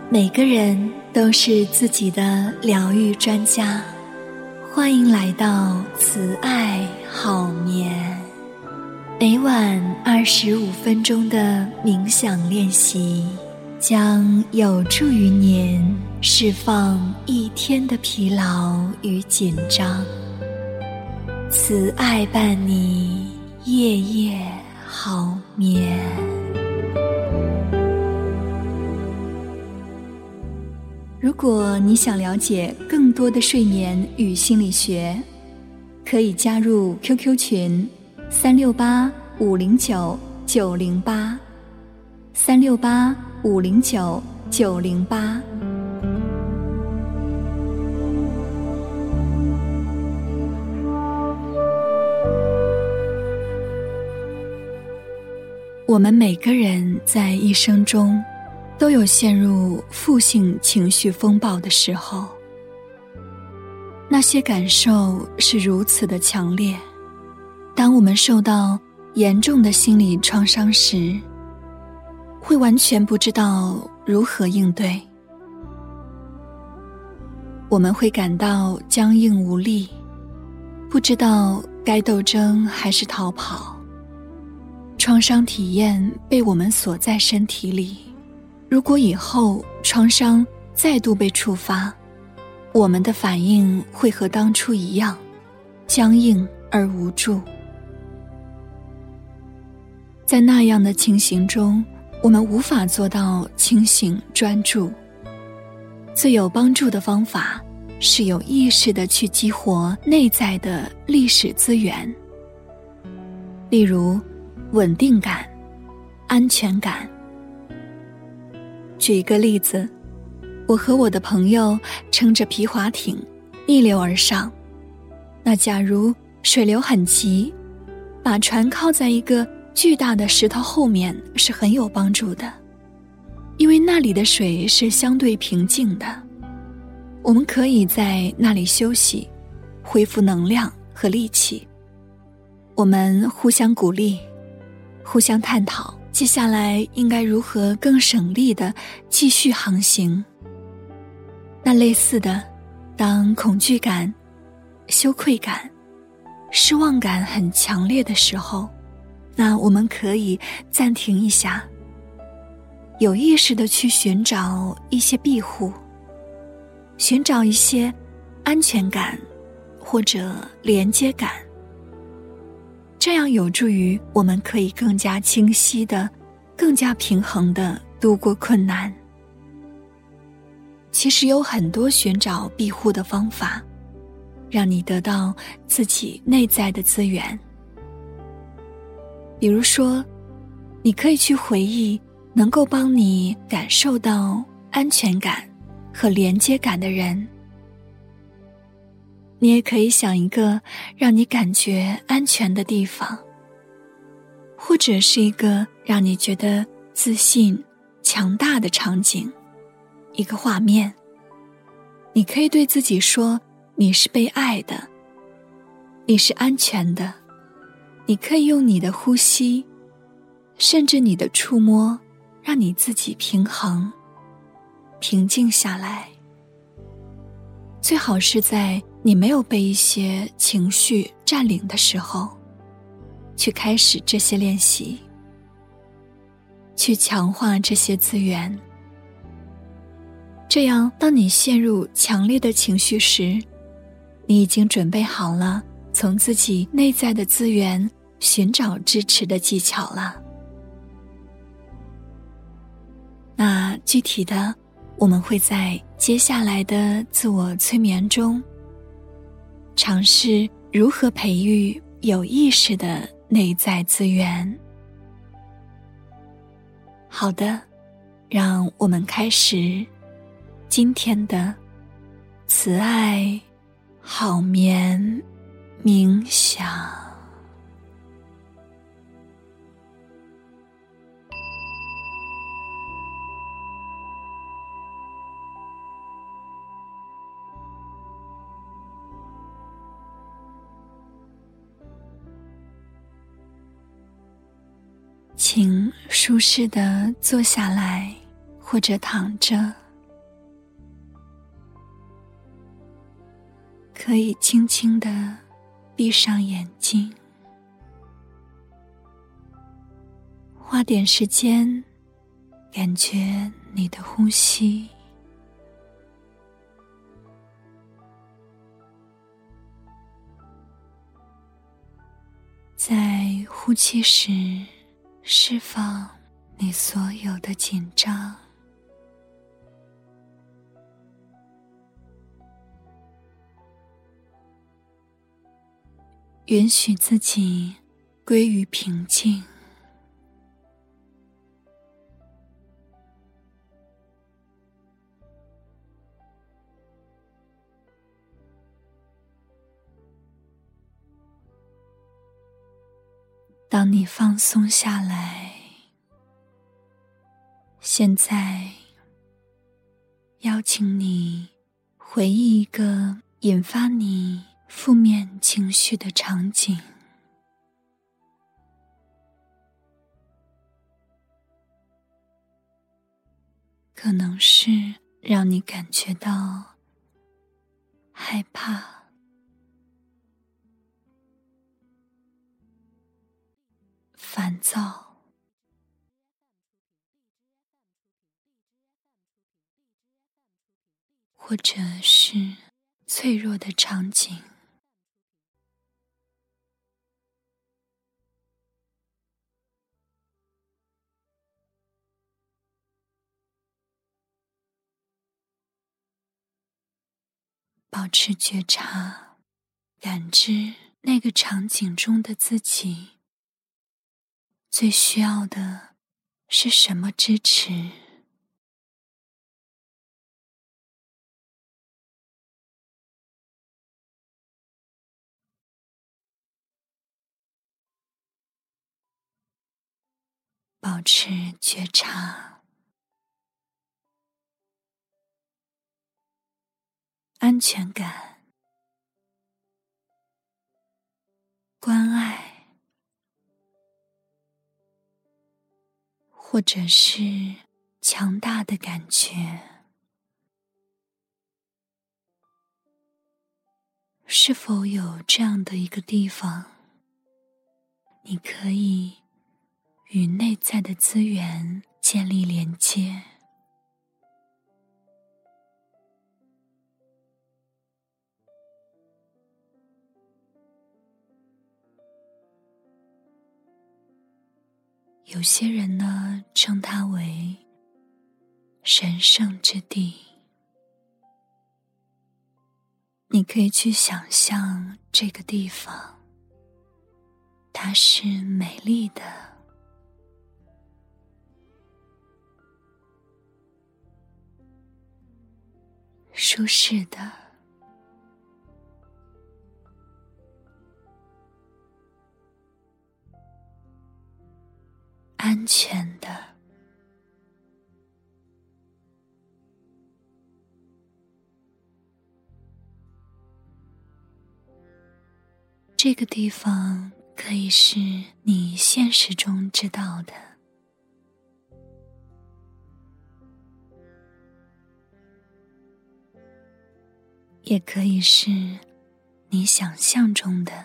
每个人都是自己的疗愈专家，欢迎来到慈爱好眠。每晚25分钟的冥想练习，将有助于您释放一天的疲劳与紧张。慈爱伴你夜夜好眠。如果你想了解更多的睡眠与心理学，可以加入 QQ 群368-509-908，368-509-908。我们每个人在一生中都有陷入负性情绪风暴的时候，那些感受是如此的强烈。当我们受到严重的心理创伤时，会完全不知道如何应对。我们会感到僵硬无力，不知道该斗争还是逃跑。创伤体验被我们锁在身体里，如果以后创伤再度被触发，我们的反应会和当初一样，僵硬而无助。在那样的情形中，我们无法做到清醒专注。最有帮助的方法是有意识地去激活内在的历史资源，例如稳定感、安全感。举一个例子，我和我的朋友撑着皮划艇逆流而上，那假如水流很急，把船靠在一个巨大的石头后面是很有帮助的，因为那里的水是相对平静的，我们可以在那里休息，恢复能量和力气。我们互相鼓励，互相探讨接下来应该如何更省力地继续航行。那类似的，当恐惧感、羞愧感、失望感很强烈的时候，那我们可以暂停一下，有意识地去寻找一些庇护，寻找一些安全感或者连接感。这样有助于我们可以更加清晰的、更加平衡的度过困难。其实有很多寻找庇护的方法，让你得到自己内在的资源。比如说，你可以去回忆能够帮你感受到安全感和连接感的人。你也可以想一个让你感觉安全的地方，或者是一个让你觉得自信、强大的场景，一个画面。你可以对自己说，你是被爱的，你是安全的。你可以用你的呼吸，甚至你的触摸，让你自己平衡、平静下来。最好是在你没有被一些情绪占领的时候，去开始这些练习，去强化这些资源。这样，当你陷入强烈的情绪时，你已经准备好了从自己内在的资源寻找支持的技巧了。那具体的，我们会在接下来的自我催眠中尝试如何培育有意识的内在资源。好的，让我们开始今天的慈爱好眠冥想。请舒适地坐下来或者躺着， 可以轻轻地闭上眼睛，花点时间感觉你的呼吸。在呼气时，释放你所有的紧张，允许自己归于平静。当你放松下来，现在邀请你回忆一个引发你负面情绪的场景，可能是让你感觉到害怕、烦躁，或者是脆弱的场景。保持觉察，感知那个场景中的自己最需要的是什么支持。保持觉察，安全感、关爱，或者是强大的感觉，是否有这样的一个地方，你可以与内在的资源建立连接？有些人呢，称它为神圣之地。你可以去想象这个地方，它是美丽的、舒适的、安全的。这个地方可以是你现实中知道的，也可以是你想象中的。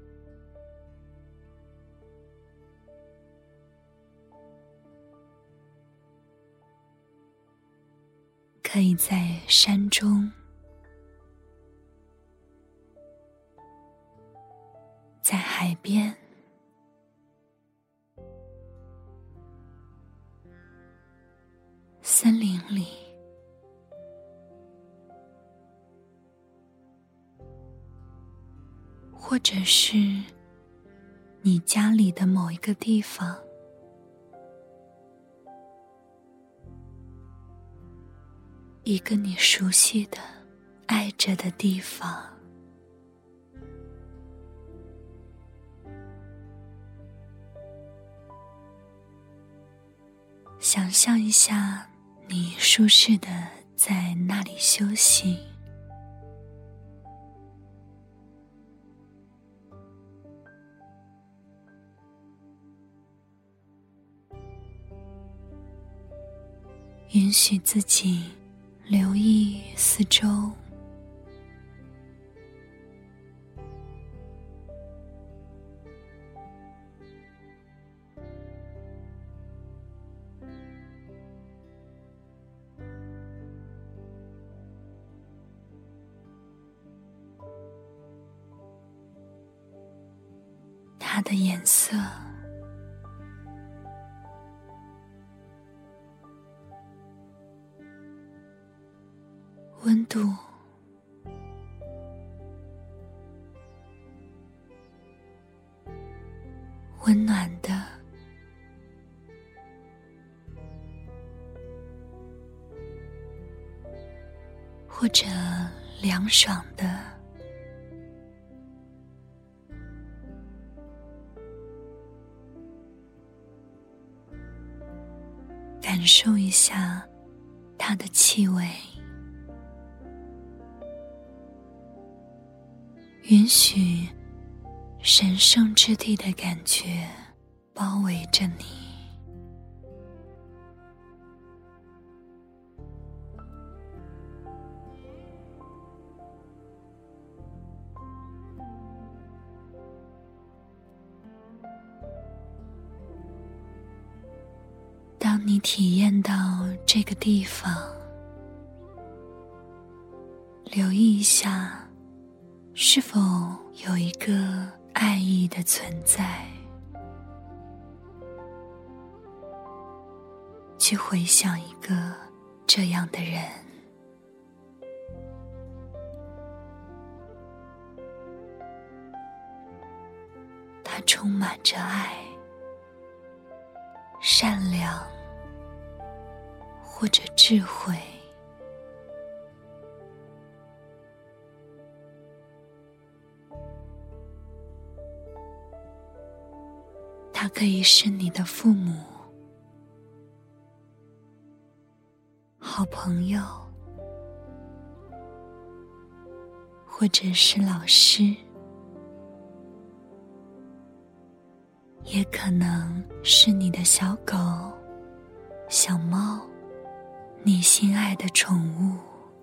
可以在山中，在海边，森林里，或者是你家里的某一个地方，一个你熟悉的、爱着的地方。想象一下，你舒适的在那里休息。允许自己留意四周， 的颜色，温度，温暖的，或者凉爽的，感受一下它的气味，允许神圣之地的感觉包围着你。当你体验到这个地方，留意一下是否有一个爱意的存在，去回想一个这样的人，他充满着爱、善良或者智慧，他可以是你的父母、好朋友，或者是老师，也可能是你的小狗、小猫，你心爱的宠物，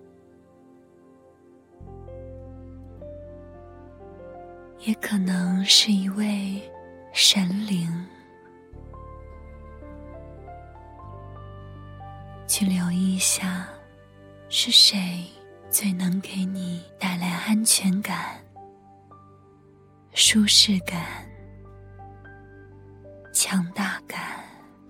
也可能是一位神灵。去留意一下，是谁最能给你带来安全感、舒适感、强大感。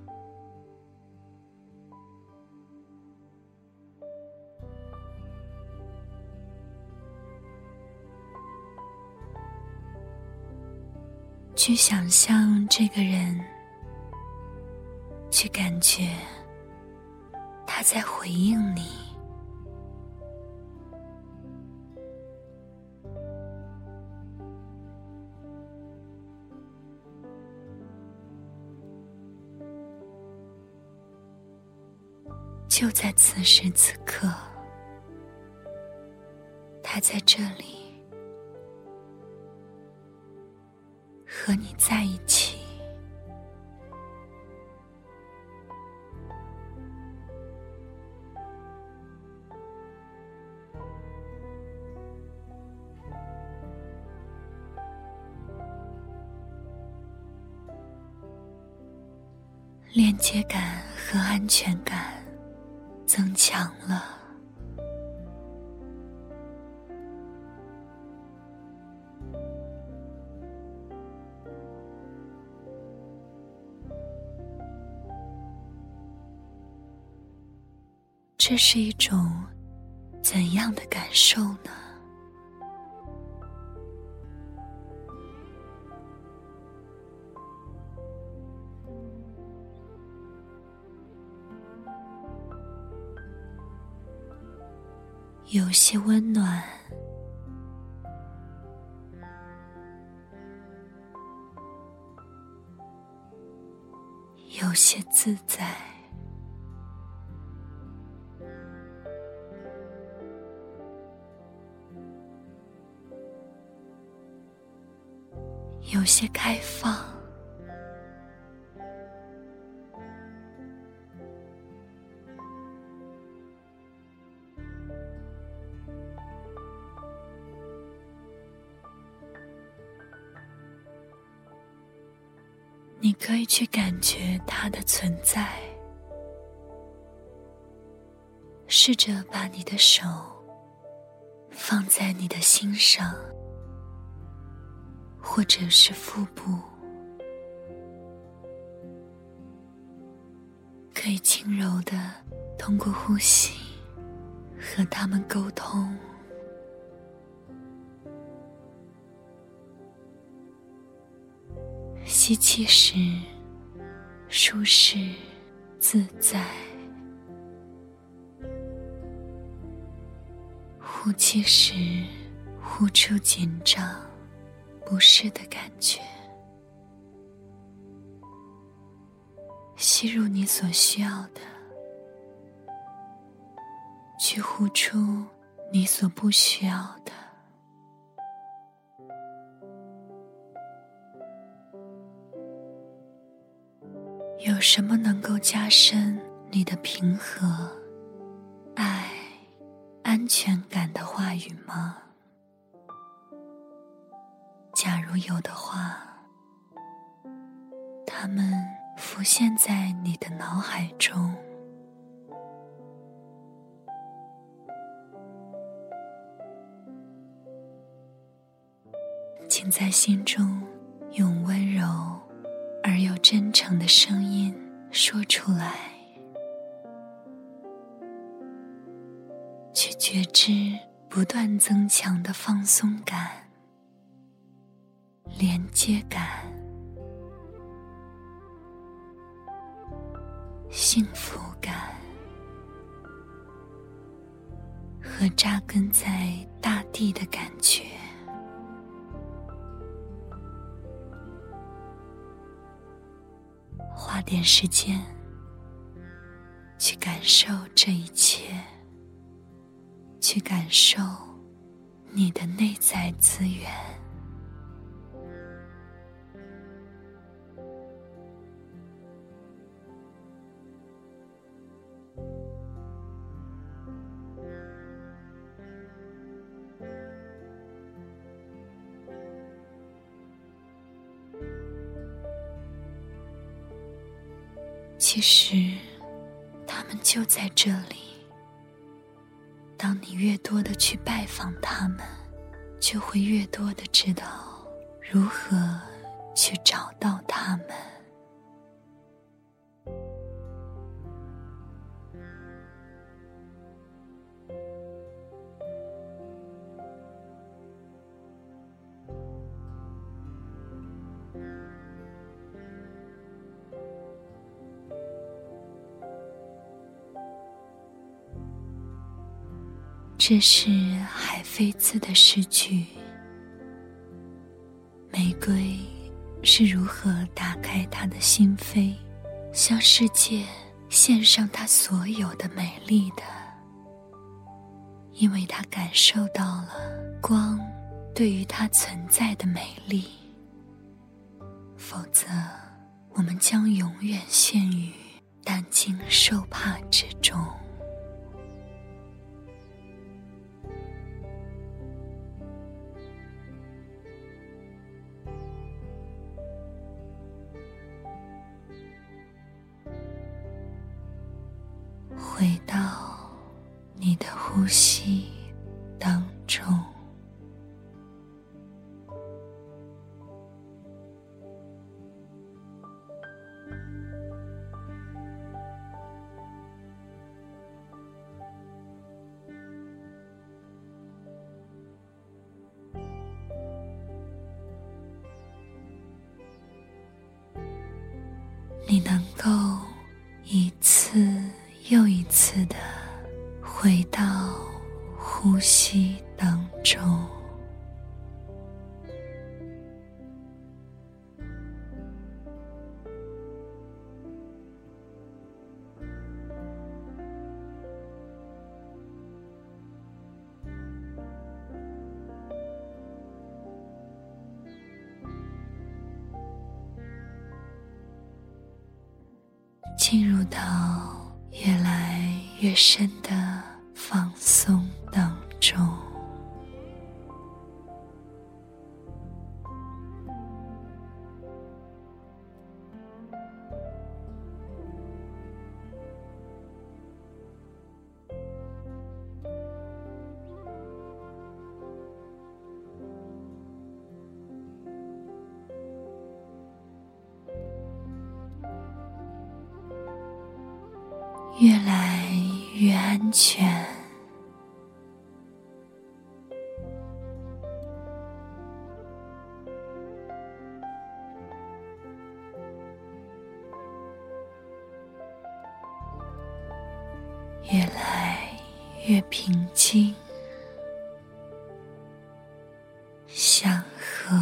去想象这个人，去感觉他在回应你，就在此时此刻，他在这里和你在一起。链接感和安全感增强了。这是一种怎样的感受呢？有些温暖，有些自在，有些开放，你可以去感觉它的存在，试着把你的手放在你的心上，或者是腹部， 可以轻柔地通过呼吸和他们沟通。吸气时舒适自在，呼气时呼出紧张不适的感觉。吸入你所需要的，去呼出你所不需要的。有什么能够加深你的平和、爱、安全感的话语吗？假如有的话，它们浮现在你的脑海中，请在心中用温柔而又真诚的声音说出来，去觉知不断增强的放松感、连接感、幸福感和扎根在大地的感觉。花点时间去感受这一切，去感受你的内在资源。其实他们就在这里，当你越多地去拜访他们，就会越多地知道如何去找到他们。这是海菲兹的诗句。玫瑰是如何打开她的心扉，向世界献上她所有的美丽的，因为她感受到了光对于她存在的美丽，否则我们将永远陷于担惊受怕之中。回到你的呼吸当中，你能够一次又一次地回到呼吸当中，进入到越来越深的放松当中。 越来越安全，越来越平静，祥和。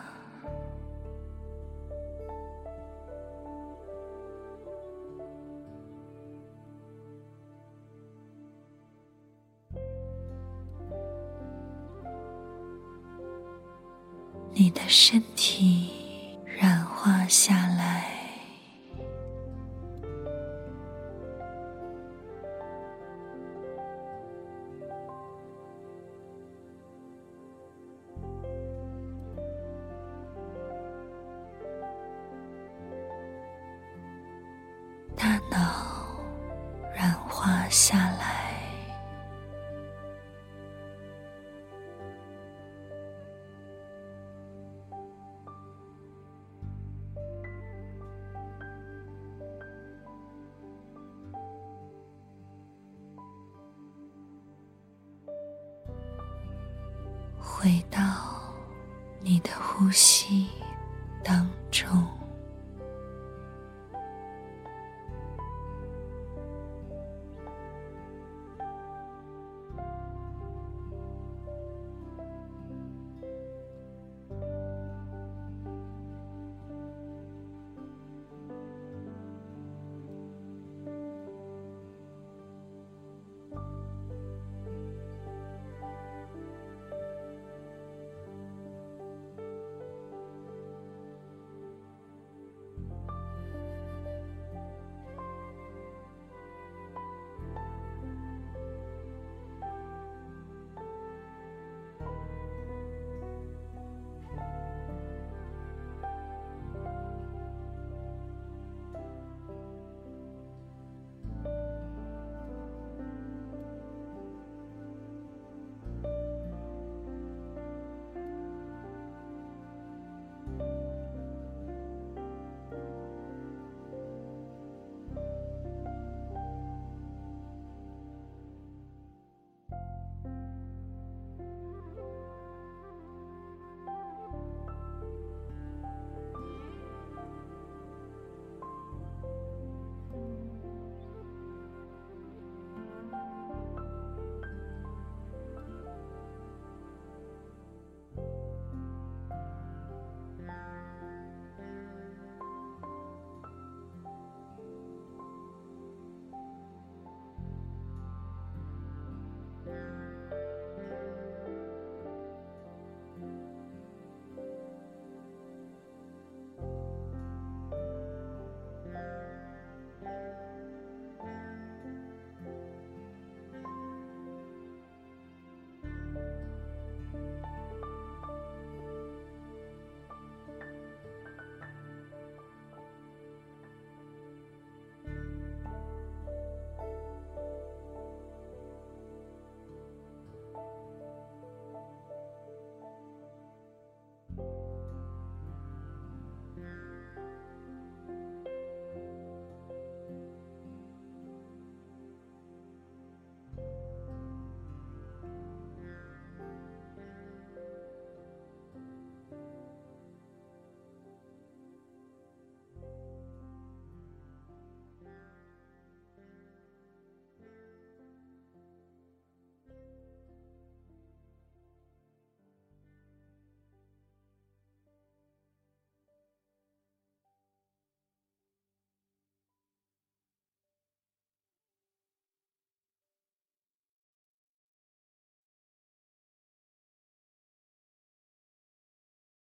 你的身体软化下来，大脑软化下来，回到你的呼吸当中。